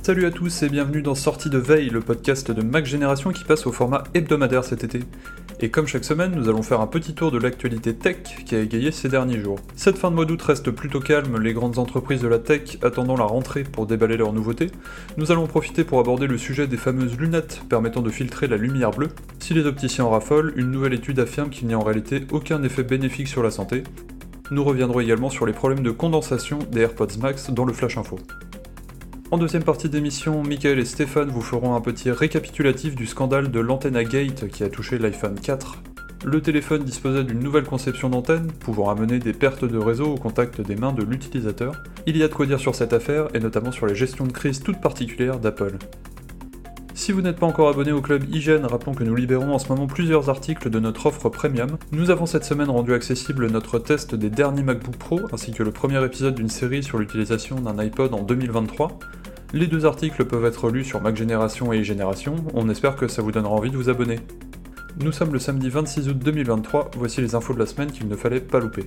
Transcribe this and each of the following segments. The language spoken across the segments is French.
Salut à tous et bienvenue dans Sortie de Veille, le podcast de Mac Génération qui passe au format hebdomadaire cet été. Et comme chaque semaine, nous allons faire un petit tour de l'actualité tech qui a égayé ces derniers jours. Cette fin de mois d'août reste plutôt calme, les grandes entreprises de la tech attendant la rentrée pour déballer leurs nouveautés. Nous allons en profiter pour aborder le sujet des fameuses lunettes permettant de filtrer la lumière bleue. Si les opticiens en raffolent, une nouvelle étude affirme qu'il n'y a en réalité aucun effet bénéfique sur la santé. Nous reviendrons également sur les problèmes de condensation des AirPods Max dans le Flash Info. En deuxième partie d'émission, Michael et Stéphane vous feront un petit récapitulatif du scandale de l'Antenna Gate qui a touché l'iPhone 4. Le téléphone disposait d'une nouvelle conception d'antenne, pouvant amener des pertes de réseau au contact des mains de l'utilisateur. Il y a de quoi dire sur cette affaire, et notamment sur les gestions de crise toutes particulières d'Apple. Si vous n'êtes pas encore abonné au club Hygiène, rappelons que nous libérons en ce moment plusieurs articles de notre offre premium. Nous avons cette semaine rendu accessible notre test des derniers MacBook Pro, ainsi que le premier épisode d'une série sur l'utilisation d'un iPod en 2023. Les deux articles peuvent être lus sur Mac Génération et iGénération, on espère que ça vous donnera envie de vous abonner. Nous sommes le samedi 26 août 2023, voici les infos de la semaine qu'il ne fallait pas louper.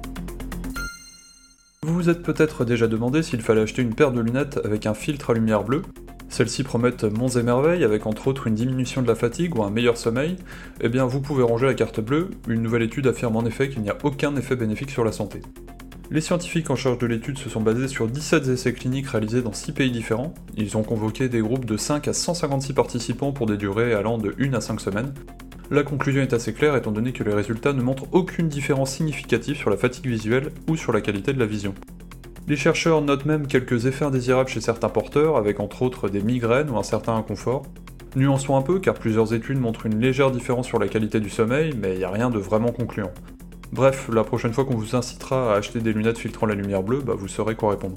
Vous vous êtes peut-être déjà demandé s'il fallait acheter une paire de lunettes avec un filtre à lumière bleue. Celles-ci promettent monts et merveilles avec entre autres une diminution de la fatigue ou un meilleur sommeil. Eh bien vous pouvez ranger la carte bleue, une nouvelle étude affirme en effet qu'il n'y a aucun effet bénéfique sur la santé. Les scientifiques en charge de l'étude se sont basés sur 17 essais cliniques réalisés dans 6 pays différents. Ils ont convoqué des groupes de 5 à 156 participants pour des durées allant de 1 à 5 semaines. La conclusion est assez claire étant donné que les résultats ne montrent aucune différence significative sur la fatigue visuelle ou sur la qualité de la vision. Les chercheurs notent même quelques effets indésirables chez certains porteurs, avec entre autres des migraines ou un certain inconfort. Nuançons un peu car plusieurs études montrent une légère différence sur la qualité du sommeil, mais il n'y a rien de vraiment concluant. Bref, la prochaine fois qu'on vous incitera à acheter des lunettes filtrant la lumière bleue, vous saurez quoi répondre.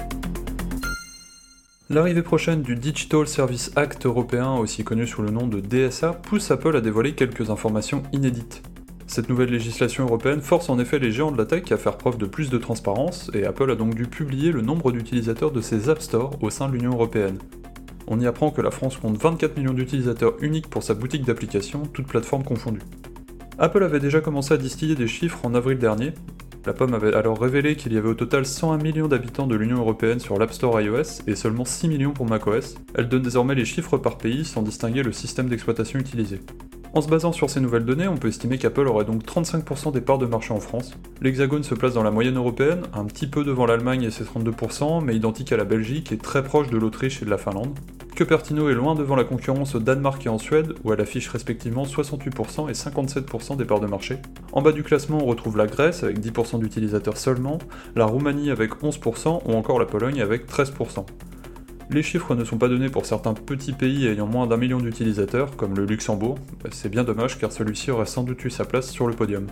L'arrivée prochaine du Digital Service Act européen, aussi connu sous le nom de DSA, pousse Apple à dévoiler quelques informations inédites. Cette nouvelle législation européenne force en effet les géants de la tech à faire preuve de plus de transparence, et Apple a donc dû publier le nombre d'utilisateurs de ses App Store au sein de l'Union européenne. On y apprend que la France compte 24 millions d'utilisateurs uniques pour sa boutique d'applications, toutes plateformes confondues. Apple avait déjà commencé à distiller des chiffres en avril dernier. La Pomme avait alors révélé qu'il y avait au total 101 millions d'habitants de l'Union européenne sur l'App Store iOS et seulement 6 millions pour macOS. Elle donne désormais les chiffres par pays sans distinguer le système d'exploitation utilisé. En se basant sur ces nouvelles données, on peut estimer qu'Apple aurait donc 35% des parts de marché en France. L'Hexagone se place dans la moyenne européenne, un petit peu devant l'Allemagne et ses 32%, mais identique à la Belgique et très proche de l'Autriche et de la Finlande. Cupertino est loin devant la concurrence au Danemark et en Suède, où elle affiche respectivement 68% et 57% des parts de marché. En bas du classement, on retrouve la Grèce avec 10% d'utilisateurs seulement, la Roumanie avec 11% ou encore la Pologne avec 13%. Les chiffres ne sont pas donnés pour certains petits pays ayant moins d'1 million d'utilisateurs, comme le Luxembourg. C'est bien dommage car celui-ci aurait sans doute eu sa place sur le podium.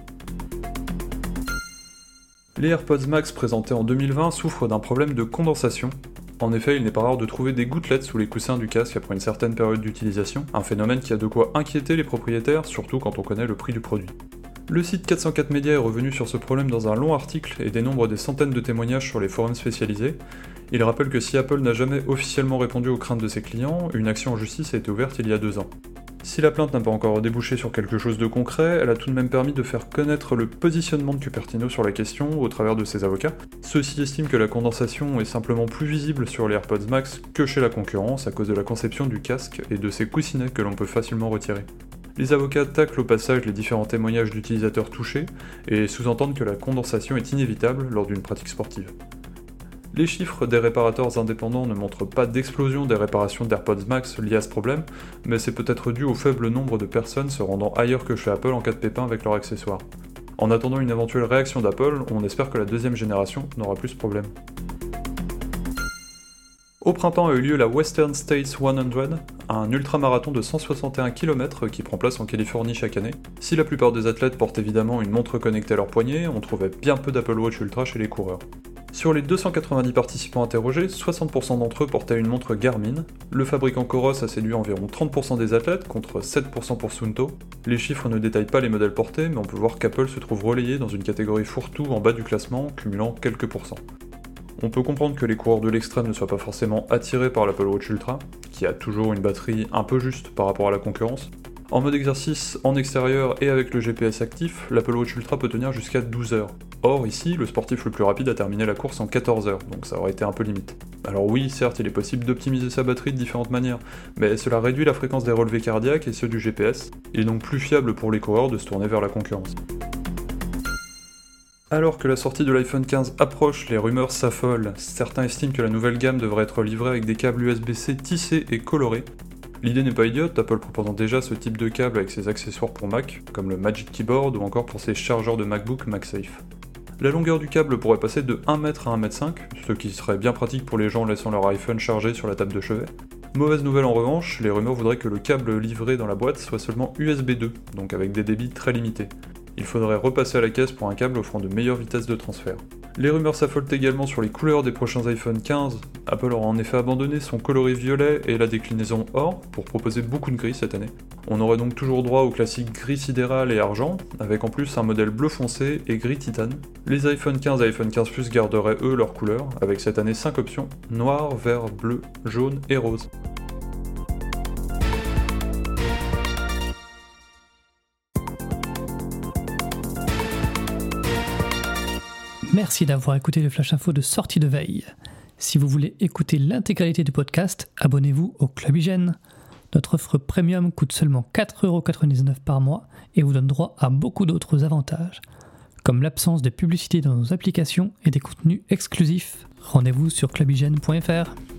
Les AirPods Max présentés en 2020 souffrent d'un problème de condensation. En effet, il n'est pas rare de trouver des gouttelettes sous les coussins du casque après une certaine période d'utilisation, un phénomène qui a de quoi inquiéter les propriétaires, surtout quand on connaît le prix du produit. Le site 404 Media est revenu sur ce problème dans un long article et dénombre des centaines de témoignages sur les forums spécialisés. Il rappelle que si Apple n'a jamais officiellement répondu aux craintes de ses clients, une action en justice a été ouverte il y a 2 ans. Si la plainte n'a pas encore débouché sur quelque chose de concret, elle a tout de même permis de faire connaître le positionnement de Cupertino sur la question au travers de ses avocats. Ceux-ci estiment que la condensation est simplement plus visible sur les AirPods Max que chez la concurrence à cause de la conception du casque et de ses coussinets que l'on peut facilement retirer. Les avocats taclent au passage les différents témoignages d'utilisateurs touchés et sous-entendent que la condensation est inévitable lors d'une pratique sportive. Les chiffres des réparateurs indépendants ne montrent pas d'explosion des réparations d'AirPods Max liées à ce problème, mais c'est peut-être dû au faible nombre de personnes se rendant ailleurs que chez Apple en cas de pépin avec leur accessoire. En attendant une éventuelle réaction d'Apple, on espère que la deuxième génération n'aura plus ce problème. Au printemps a eu lieu la Western States 100, un ultramarathon de 161 km qui prend place en Californie chaque année. Si la plupart des athlètes portent évidemment une montre connectée à leur poignet, on trouvait bien peu d'Apple Watch Ultra chez les coureurs. Sur les 290 participants interrogés, 60% d'entre eux portaient une montre Garmin. Le fabricant Coros a séduit environ 30% des athlètes, contre 7% pour Suunto. Les chiffres ne détaillent pas les modèles portés, mais on peut voir qu'Apple se trouve relayé dans une catégorie fourre-tout en bas du classement, cumulant quelques pourcents. On peut comprendre que les coureurs de l'extrême ne soient pas forcément attirés par l'Apple Watch Ultra, qui a toujours une batterie un peu juste par rapport à la concurrence. En mode exercice, en extérieur et avec le GPS actif, l'Apple Watch Ultra peut tenir jusqu'à 12 heures. Or, ici, le sportif le plus rapide a terminé la course en 14 heures, donc ça aurait été un peu limite. Alors oui, certes, il est possible d'optimiser sa batterie de différentes manières, mais cela réduit la fréquence des relevés cardiaques et ceux du GPS. Il est donc plus fiable pour les coureurs de se tourner vers la concurrence. Alors que la sortie de l'iPhone 15 approche, les rumeurs s'affolent. Certains estiment que la nouvelle gamme devrait être livrée avec des câbles USB-C tissés et colorés. L'idée n'est pas idiote, Apple proposant déjà ce type de câble avec ses accessoires pour Mac, comme le Magic Keyboard ou encore pour ses chargeurs de MacBook MagSafe. La longueur du câble pourrait passer de 1 m à 1 m 5, ce qui serait bien pratique pour les gens laissant leur iPhone chargé sur la table de chevet. Mauvaise nouvelle en revanche, les rumeurs voudraient que le câble livré dans la boîte soit seulement USB 2, donc avec des débits très limités. Il faudrait repasser à la caisse pour un câble offrant de meilleures vitesses de transfert. Les rumeurs s'affolent également sur les couleurs des prochains iPhone 15. Apple aura en effet abandonné son coloris violet et la déclinaison or pour proposer beaucoup de gris cette année. On aurait donc toujours droit au classique gris sidéral et argent, avec en plus un modèle bleu foncé et gris titane. Les iPhone 15 et iPhone 15 Plus garderaient eux leurs couleurs, avec cette année 5 options, noir, vert, bleu, jaune et rose. Merci d'avoir écouté le Flash Info de Sortie de Veille. Si vous voulez écouter l'intégralité du podcast, abonnez-vous au Club Hygiène. Notre offre premium coûte seulement 4,99€ par mois et vous donne droit à beaucoup d'autres avantages, comme l'absence de publicité dans nos applications et des contenus exclusifs. Rendez-vous sur clubhygiene.fr.